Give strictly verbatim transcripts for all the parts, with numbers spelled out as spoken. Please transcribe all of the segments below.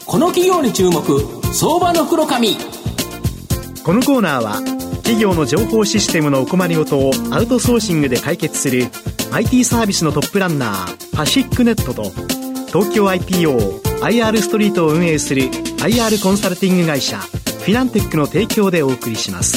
この企業に注目、相場の福の神。 このコーナーは企業の情報システムのお困りごとをアウトソーシングで解決する アイティー サービスのトップランナーパシックネットと東京 アイピーオー アイアール ストリートを運営する アイアール コンサルティング会社フィナンテックの提供でお送りします。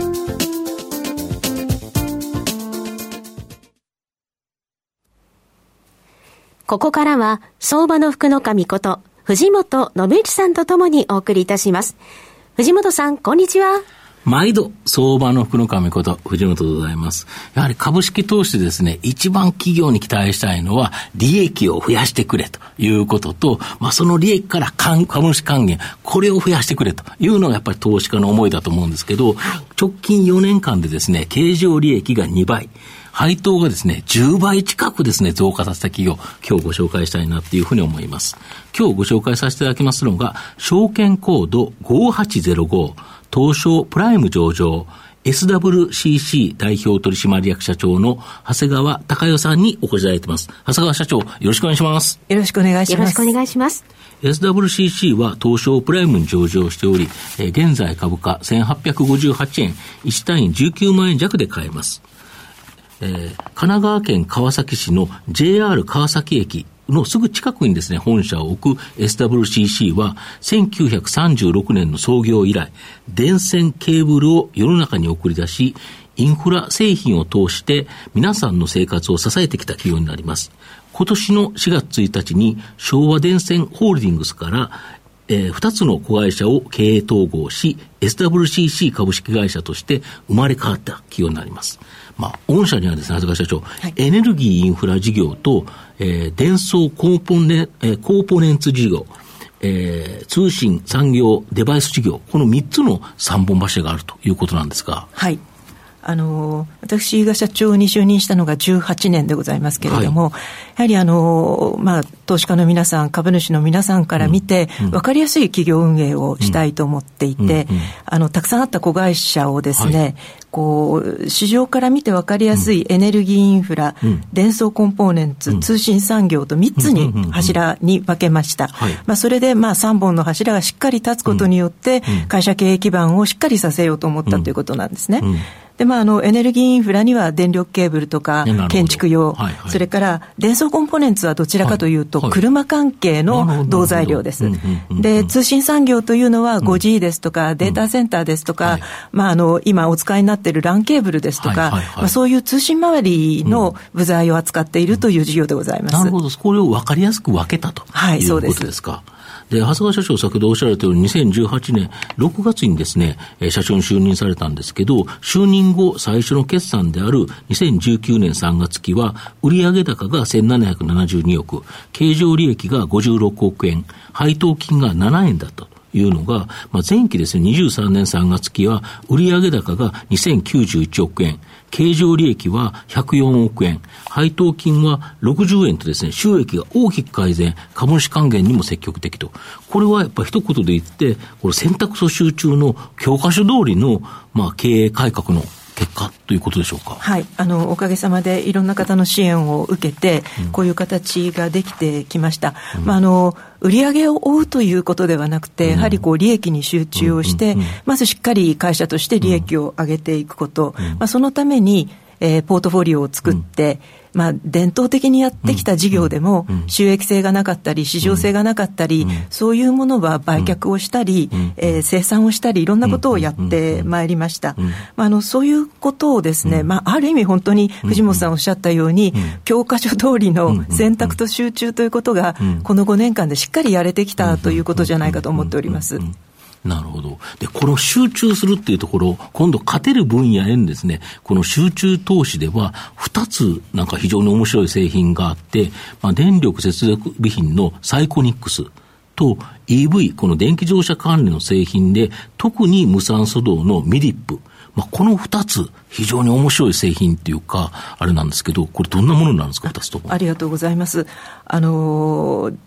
ここからは相場の福の神こと藤本信之さんとともにお送りいたします。藤本さん、こんにちは。 毎度相場の福の神こと藤本でございます。やはり株式投資でですね、一番企業に期待したいのは利益を増やしてくれということと、まあその利益から株主還元、これを増やしてくれというのがやっぱり投資家の思いだと思うんですけど、直近よねんかんでですね、経常利益がにばい、配当がですね、じゅうばい近くですね、増加させた企業、今日ご紹介したいなっていうふうに思います。今日ご紹介させていただきますのが、証券コードごはちゼロご、東証プライム上場、エスダブリューシーシー 代表取締役社長の長谷川隆代さんにお越しいただいています。長谷川社長、よろしくお願いします。 よろしくお願いします。 よろしくお願いします。 エスダブリューシーシー は東証プライムに上場しており、えー、現在株価せんはっぴゃくごじゅうはちえん、いち単位じゅうきゅうまんえん弱で買えます。えー、神奈川県川崎市の ジェイアール 川崎駅のすぐ近くにですね、本社を置く エスダブリューシーシー はせんきゅうひゃくさんじゅうろくねんの創業以来、電線ケーブルを世の中に送り出し、インフラ製品を通して皆さんの生活を支えてきた企業になります。今年のしがつついたちに昭和電線ホールディングスからえー、ふたつの子会社を経営統合し エスダブリューシーシー 株式会社として生まれ変わった企業になります。まあ、御社にはですね、長谷川社長、はい、エネルギーインフラ事業と、えー、電装コーポネ、えー、コーポネンツ事業、えー、通信産業デバイス事業、このみっつのさんぼん柱があるということなんですが、 はい、あの私が社長に就任したのがじゅうはちねんでございますけれども、はい、やはりあの、まあ、投資家の皆さん、株主の皆さんから見て、うん、分かりやすい企業運営をしたいと思っていて、うんうんうん、あのたくさんあった子会社をですね、はい、こう市場から見て分かりやすいエネルギーインフラ、うん、電装コンポーネンツ、うん、通信産業とみっつに柱に分けました、うんうんうん、まあ、それでまあさんぼんの柱がしっかり立つことによって、うん、会社経営基盤をしっかりさせようと思ったということなんですね、うんうん。でまあ、あのエネルギーインフラには電力ケーブルとか建築用、はいはい、それから電装コンポーネンツはどちらかというと車関係の銅材料です、はいはい、で通信産業というのは ファイブジー ですとか、うん、データセンターですとか、うん、まあ、あの今お使いになっている ラン ケーブルですとか、はいはいはい、まあ、そういう通信周りの部材を扱っているという事業でございます、うん、 なるほど。これを分かりやすく分けたと、はい、いうことですか。で、長谷川社長、先ほどおっしゃられたようににせんじゅうはちねんろくがつにですね、社長に就任されたんですけど、就任後最初の決算であるにせんじゅうきゅうねんさんがつきは売上高がせんななひゃくななじゅうにおく、経常利益がごじゅうろくおくえん、配当金がななえんだったというのが、まあ、前期ですね、にじゅうさんねんさんがつきは売上高がにせんきゅうじゅういちおくえん、経常利益はひゃくよんおくえん、配当金はろくじゅうえんとですね、収益が大きく改善、株主還元にも積極的と。これはやっぱり一言で言って、これ選択肢集中の教科書通りの、まあ、経営改革の結果ということでしょうか。 はい、あのおかげさまでいろんな方の支援を受けて、うん、こういう形ができてきました、うん、まあ、あの売上を追うということではなくて、うん、やはりこう利益に集中をして、うんうんうん、まずしっかり会社として利益を上げていくこと、うん、まあ、そのために、えー、ポートフォリオを作って、うん、まあ、伝統的にやってきた事業でも収益性がなかったり市場性がなかったり、うん、そういうものは売却をしたり、うん、えー、生産をしたりいろんなことをやってまいりました、うん、まあ、あのそういうことをですね、うん、まあ、ある意味本当に藤本さんおっしゃったように、うん、教科書通りの選択と集中ということがこのごねんかんでしっかりやれてきたということじゃないかと思っております。 なるほど。で、この集中するっていうところ、今度勝てる分野へのですね、この集中投資ではふたつなんか非常に面白い製品があって、まあ、電力接続備品のサイコニックスと イーブイ、この電気自動車関連の製品で特に無酸素銅のミディップ、まあ、このふたつ非常に面白い製品っていうかあれなんですけど、これどんなものになるんですか、ふたつとも。 ありがとうございます。あの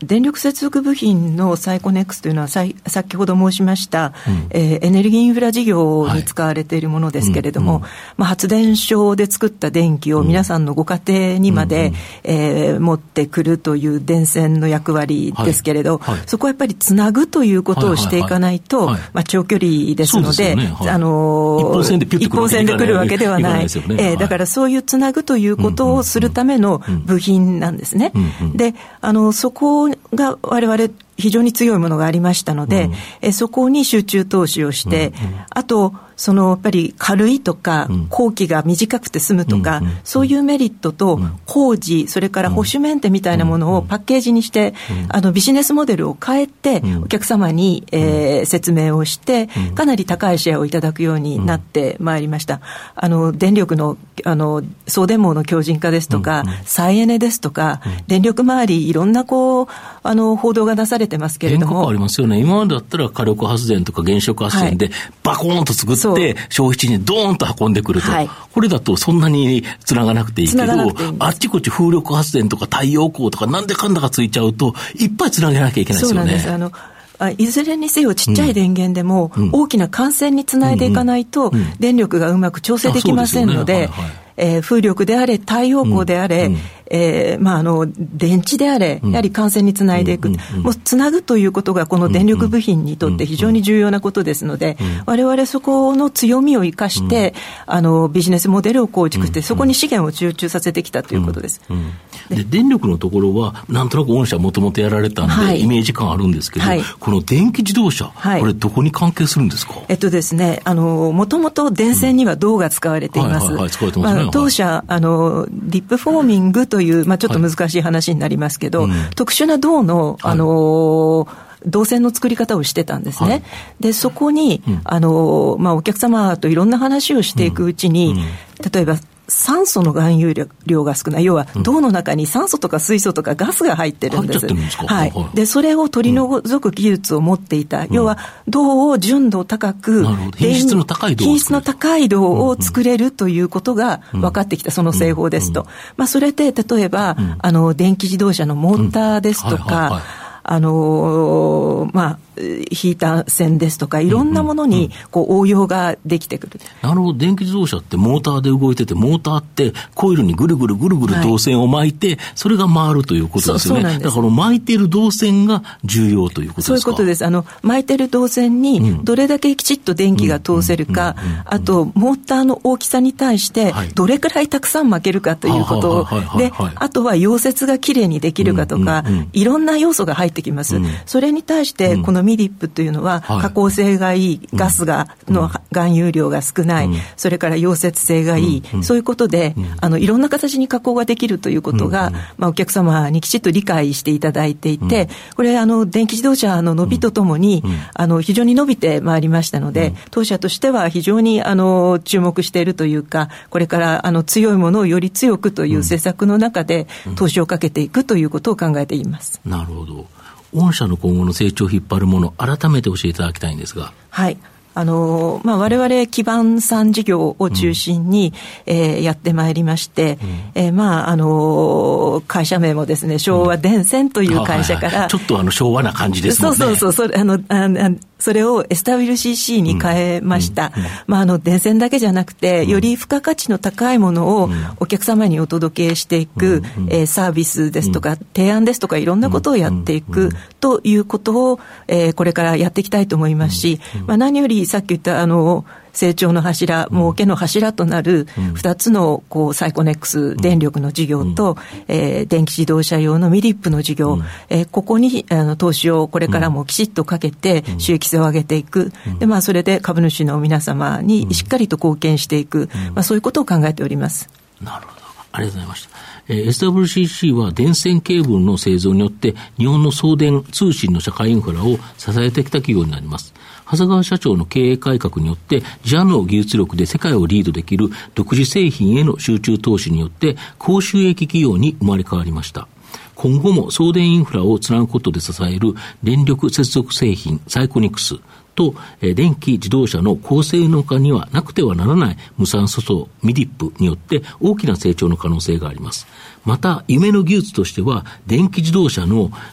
電力接続部品のサイコネックスというのはさ先ほど申しました、うんえー、エネルギーインフラ事業に使われているものですけれども、はいうんうんまあ、発電所で作った電気を皆さんのご家庭にまで、うんえー、持ってくるという電線の役割ですけれど、はいはい、そこはやっぱりつなぐということをしていかないと、はいはいはいまあ、長距離ですので、ねはい、あのー、一本線でピュッと来るわけではない、ねえー、だからそういうつなぐということをするための部品なんですね、うんうんうん、であのそこが我々非常に強いものがありましたので、うん、えそこに集中投資をして、うんうん、あとそのやっぱり軽いとか、うん、工期が短くて済むとか、うんうん、そういうメリットと、うん、工事それから保守メンテみたいなものをパッケージにして、うん、あのビジネスモデルを変えて、うん、お客様に、えー、説明をして、うん、かなり高いシェアをいただくようになってまいりました。あの電力の、あの送電網の強靭化ですとか、うんうん、再エネですとか、うん、電力周りいろんなこうあの報道がなされてますけれども、 変革ありますよね。今までだったら火力発電とか原子力発電でバコーンと作って、はい、消費地にドーンと運んでくると、はい、これだとそんなにつながなくていいけど、あっちこっち風力発電とか太陽光とかなんでかんだかついちゃうといっぱいつなげなきゃいけないですよね。そうなんです。あのいずれにせよちっちゃい電源でも大きな幹線につないでいかないと電力がうまく調整できませんので、えー、風力であれ太陽光であれ、うんうんえーまあ、あの電池であれやはり幹線につないでいく、うんうんうん、もうつなぐということがこの電力部品にとって非常に重要なことですので、うんうん、我々そこの強みを生かして、うん、あのビジネスモデルを構築して、うん、そこに資源を集中させてきたということです、 うんうん、で, で電力のところはなんとなく御社もともとやられたんで、はい、イメージ感あるんですけど、はい、この電気自動車、はい、これどこに関係するんですか？ えっとですね、あのもともと電線には銅が使われています、うんはいはいはい、使われてますね、まあ、当社あのリップフォーミングという、まあ、ちょっと難しい話になりますけど、はいうん、特殊な銅の、あのーはい導線の作り方をしてたんですね、はい、でそこに、うんあのまあ、お客様といろんな話をしていくうちに、うんうん、例えば酸素の含有量が少ない、要は銅の中に酸素とか水素とかガスが入ってるんです。 入っちゃってるんですか？ はい。はい、でそれを取り除く技術を持っていた、うん、要は銅を純度高く、 品質の高い銅を品質の高い銅を作れるということが分かってきた、その製法ですと。うんうんまあ、それで例えば、うん、あの電気自動車のモーターですとか、うんはいはいはいあのー、まあ、ヒーター線ですとかいろんなものにこう応用ができてくる、 うんうん、なるほど。電気自動車ってモーターで動いてて、モーターってコイルにぐるぐるぐるぐる導線を巻いて、はい、それが回るということですよね。だから巻いている導線が重要ということですか？ そういうことです。あの巻いている導線にどれだけきちっと電気が通せるか、あとモーターの大きさに対してどれくらいたくさん巻けるかということで、あとは溶接がきれいにできるかとか、うんうんうん、いろんな要素が入ってきます、うん、それに対してこのミディップというのは加工性がいい、はい、ガスがの含有量が少ない、うん、それから溶接性がいい、うん、そういうことで、うん、あのいろんな形に加工ができるということが、うんまあ、お客様にきちっと理解していただいていて、うん、これあの電気自動車の伸びとともに、うん、あの非常に伸びてまいりましたので、うん、当社としては非常にあの注目しているというか、これからあの強いものをより強くという施策の中で投資をかけていくということを考えています、 うん、なるほど。御社の今後の成長を引っ張るもの、改めて教えていただきたいんですが。 はい。あのまあ、我々基盤産事業を中心に、うんえー、やってまいりまして、うんえーまああの会社名もですね、昭和電線という会社から、うんはいはい、 ちょっとあの昭和な感じですもんね。 そうそうそう、それあのあそれを エスダブリューシーシー に変えました、うんうんまあ、あの電線だけじゃなくて、うん、より付加価値の高いものをお客様にお届けしていく、うんえー、サービスですとか、うん、提案ですとかいろんなことをやっていくということを、えー、これからやっていきたいと思いますし、うんうんまあ、何よりさっき言ったあの成長の柱、儲けの柱となるふたつのこうサイコネックス電力の事業と、うんえー、電気自動車用のミディップの事業、うんえー、ここにあの投資をこれからもきちっとかけて収益性を上げていく、うん、でまあ、それで株主の皆様にしっかりと貢献していく、うんまあ、そういうことを考えております。 なるほど、ありがとうございました。えー、エスダブリューシーシー は電線ケーブルの製造によって日本の送電通信の社会インフラを支えてきた企業になります。長谷川社長の経営改革によって自社の技術力で世界をリードできる独自製品への集中投資によって高収益企業に生まれ変わりました。今後も送電インフラをつなぐことで支える電力接続製品サイコニクスと、えー、電気自動車の高性能化にはなくてはならない無酸素層ミディップによって大きな成長の可能性があります。また夢の技術としては電気自動車の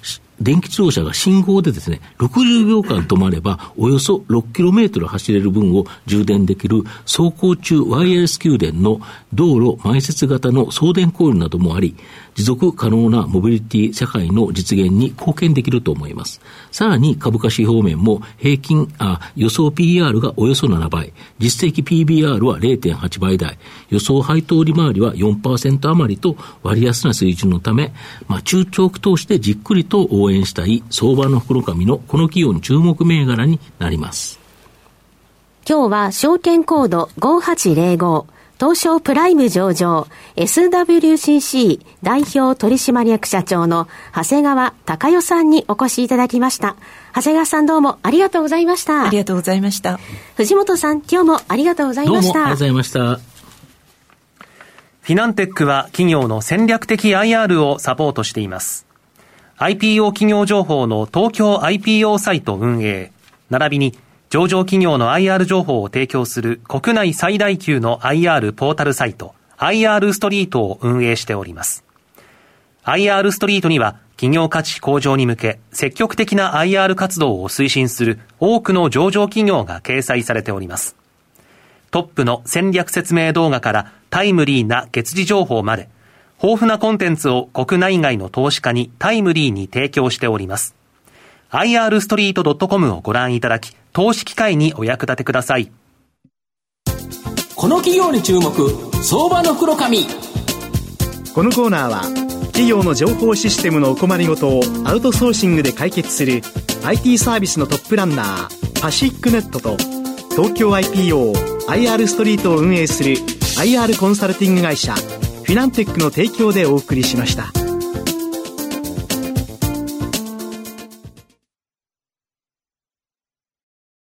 電気自動車が信号でですね、ろくじゅうびょうかん止まれば、およそろっキロメートル走れる分を充電できる走行中ワイヤレス給電の道路埋設型の送電コイルなどもあり、持続可能なモビリティ社会の実現に貢献できると思います。さらに株価指標面も平均、あ、予想 ピーイーアール がおよそななばい、実績 ピービーアール は れいてんはちばい台、予想配当利回りは よんパーセント 余りと割安な水準のため、まあ、中長期投資でじっくりと応援したい相場の袋紙のこの企業の注目銘柄になります。 今日は証券コードごはちぜろご東証プライム上場 エスダブリューシーシー 代表取締役社長の長谷川隆代さんにお越しいただきました。長谷川さん、どうもありがとうございました。 ありがとうございました。 藤本さん、今日もありがとうございました。 どうもありがとうございました。 フィナンテックは企業の戦略的 アイアール をサポートしています。アイピーオー 企業情報の東京 アイピーオー サイト運営、並びに上場企業の アイアール 情報を提供する国内最大級の アイアール ポータルサイト アイアール ストリートを運営しております。アイアール ストリートには企業価値向上に向け積極的な アイアール 活動を推進する多くの上場企業が掲載されております。トップの戦略説明動画からタイムリーな月次情報まで豊富なコンテンツを国内外の投資家にタイムリーに提供しております。アイアールストリートドットコム をご覧いただき、投資機会にお役立てください。 この企業に注目、相場の袋紙。 このコーナーは企業の情報システムのお困りごとをアウトソーシングで解決する アイティー サービスのトップランナーパシックネットと東京 アイピーオー アイアール ストリートを運営する アイアール コンサルティング会社フィナンテックの提供でお送りしました。